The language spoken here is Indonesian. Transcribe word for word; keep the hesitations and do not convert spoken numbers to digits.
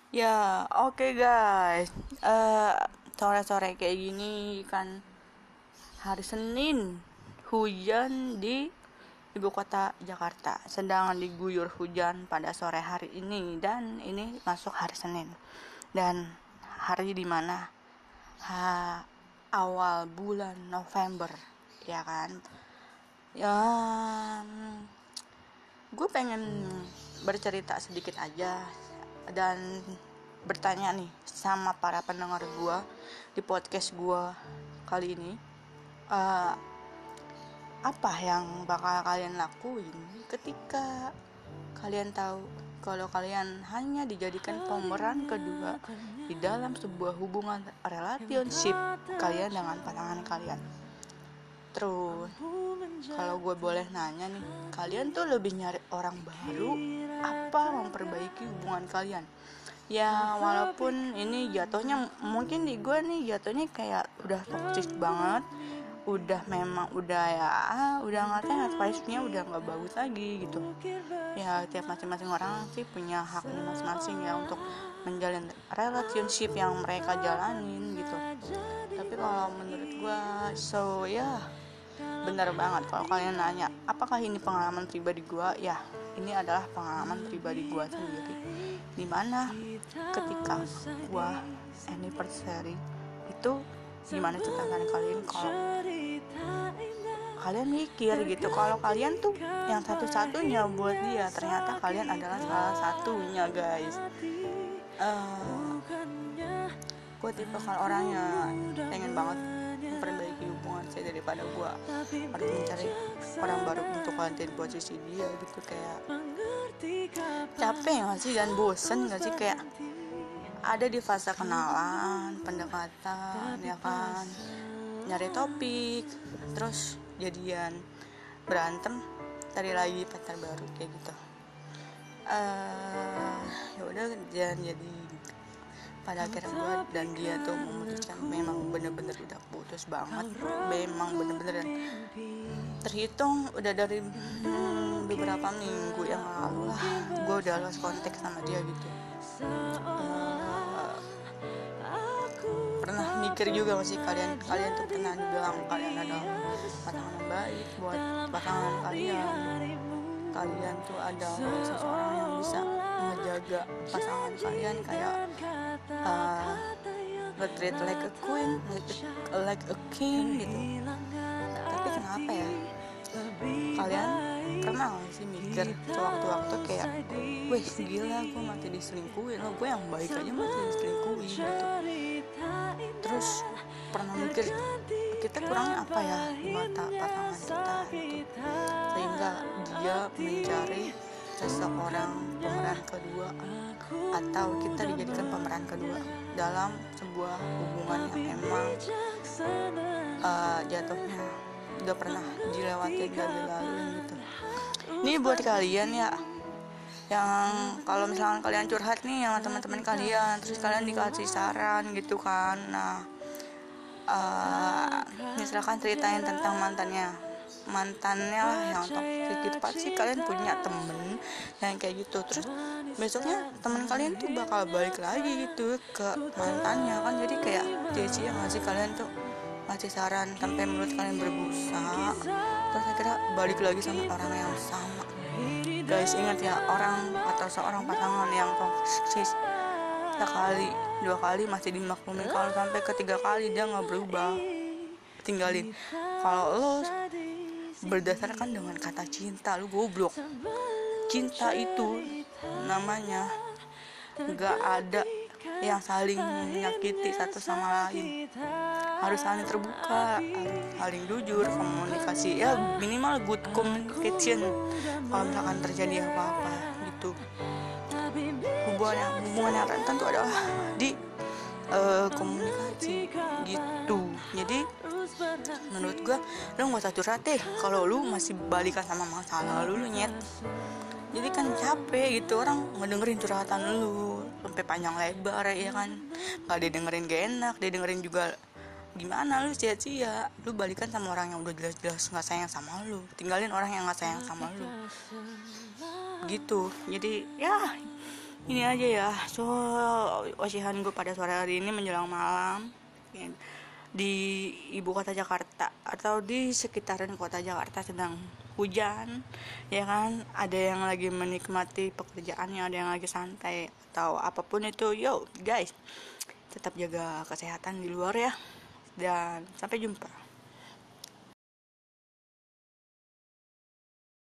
Ya, oke guys. Eh, sore-sore kayak gini kan hari Senin, hujan di ibu kota Jakarta. Sedang diguyur hujan pada sore hari ini dan ini masuk hari Senin. Dan hari dimana ha, awal bulan November, ya kan? Ya, gue pengen bercerita sedikit aja dan bertanya nih sama para pendengar gue di podcast gue kali ini, uh, apa yang bakal kalian lakuin ketika kalian tahu kalau kalian hanya dijadikan pemeran kedua di dalam sebuah hubungan relationship kalian dengan pasangan kalian. Terus kalau gue boleh nanya nih, kalian tuh lebih nyari orang baru apa memperbaiki hubungan kalian? Ya walaupun ini jatuhnya mungkin di gue nih jatuhnya kayak udah toxic banget, udah memang udah ya udah ngatanya advice-nya udah nggak bagus lagi gitu. Ya tiap masing-masing orang sih punya haknya masing-masing ya untuk menjalin relationship yang mereka jalanin gitu. Tapi kalau menurut gue, so ya yeah, benar banget kalau kalian nanya apakah ini pengalaman pribadi gue, ya ini adalah pengalaman pribadi gue sendiri, dimana ketika gue anniversary itu gimana catatan kalian kalau kalian mikir gitu kalau kalian tuh yang satu-satunya buat dia, ternyata kalian adalah salah satunya guys. uh, gue tipe kalau orangnya pengen banget memperbaiki hubungan saya daripada gue harus mencari orang baru untuk gantiin posisi dia gitu. Kayak capek gak sih dan bosen gak sih, kayak ada di fase kenalan, pendekatan, ya kan, nyari topik, terus jadian, berantem, cari lagi pacar baru kayak gitu. Uh, ya udah jangan jadi pada akhirnya gue dan dia tuh memutuskan memang bener-bener udah putus banget, memang bener-bener dan terhitung udah dari hmm, beberapa minggu yang lalu lah gue udah lost kontak sama dia gitu. Uh, pernah mikir juga masih kalian kalian tuh pernah dibilang kalian adalah pasangan yang baik buat pasangan kalian, kalian tuh adalah seseorang yang bisa menjaga pasangan kalian kayak uh, nge-treat like a queen, like a, like a king gitu. Tapi kenapa ya kalian pernah gak sih mikir sewaktu-waktu kayak weh gila gue masih diselingkuhin loh, gue yang baik aja masih diselingkuhin gitu. Terus pernah mikir kita kurangnya apa ya di mata pasangan kita gitu, sehingga dia mencari seseorang pemeran kedua atau kita dijadikan pemeran kedua dalam sebuah hubungan yang emang uh, jatuhnya udah pernah dilewatin dan dilalui gitu. Ini buat kalian ya yang kalau misalkan kalian curhat nih sama teman-teman kalian, terus kalian dikasih saran gitu kan, nah uh, misalkan ceritain tentang mantannya mantannya lah yang toksik gitu, pasti kalian punya temen yang kayak gitu. Terus besoknya teman kalian tuh bakal balik lagi gitu ke mantannya kan, jadi kayak sia-sia nggak sih kalian tuh ngasih saran sampai mulut kalian berbusa, terus akhirnya balik lagi sama orang yang sama. Guys ingat ya, orang atau seorang pasangan yang toksik sekali dua kali masih dimaklumi, kalau sampai ketiga kali dia nggak berubah tinggalin. Kalau lo berdasarkan dengan kata cinta, lu goblok. Cinta itu namanya gak ada yang saling menyakiti satu sama lain, harus saling terbuka, saling jujur, komunikasi ya minimal good communication kalau misalkan terjadi apa-apa gitu. Hubungan yang hubungan yang rentan itu adalah di uh, komunikasi gitu. Jadi menurut gue lu nggak usah curhat deh kalau lu masih balikan sama masa lalu lu nyet. Jadi kan capek gitu orang ngedengerin curhatan lu sampai panjang lebar ya kan, nggak didengerin gak enak, didengerin juga gimana, lu sia-sia. Lu balikan sama orang yang udah jelas-jelas nggak sayang sama lu, tinggalin orang yang nggak sayang sama lu gitu. Jadi ya ini aja ya, so ocehan gue pada sore hari ini menjelang malam ya, di ibu kota Jakarta atau di sekitaran kota Jakarta sedang hujan ya kan, ada yang lagi menikmati pekerjaannya, ada yang lagi santai atau apapun itu. Yo guys, tetap jaga kesehatan di luar ya, dan sampai jumpa.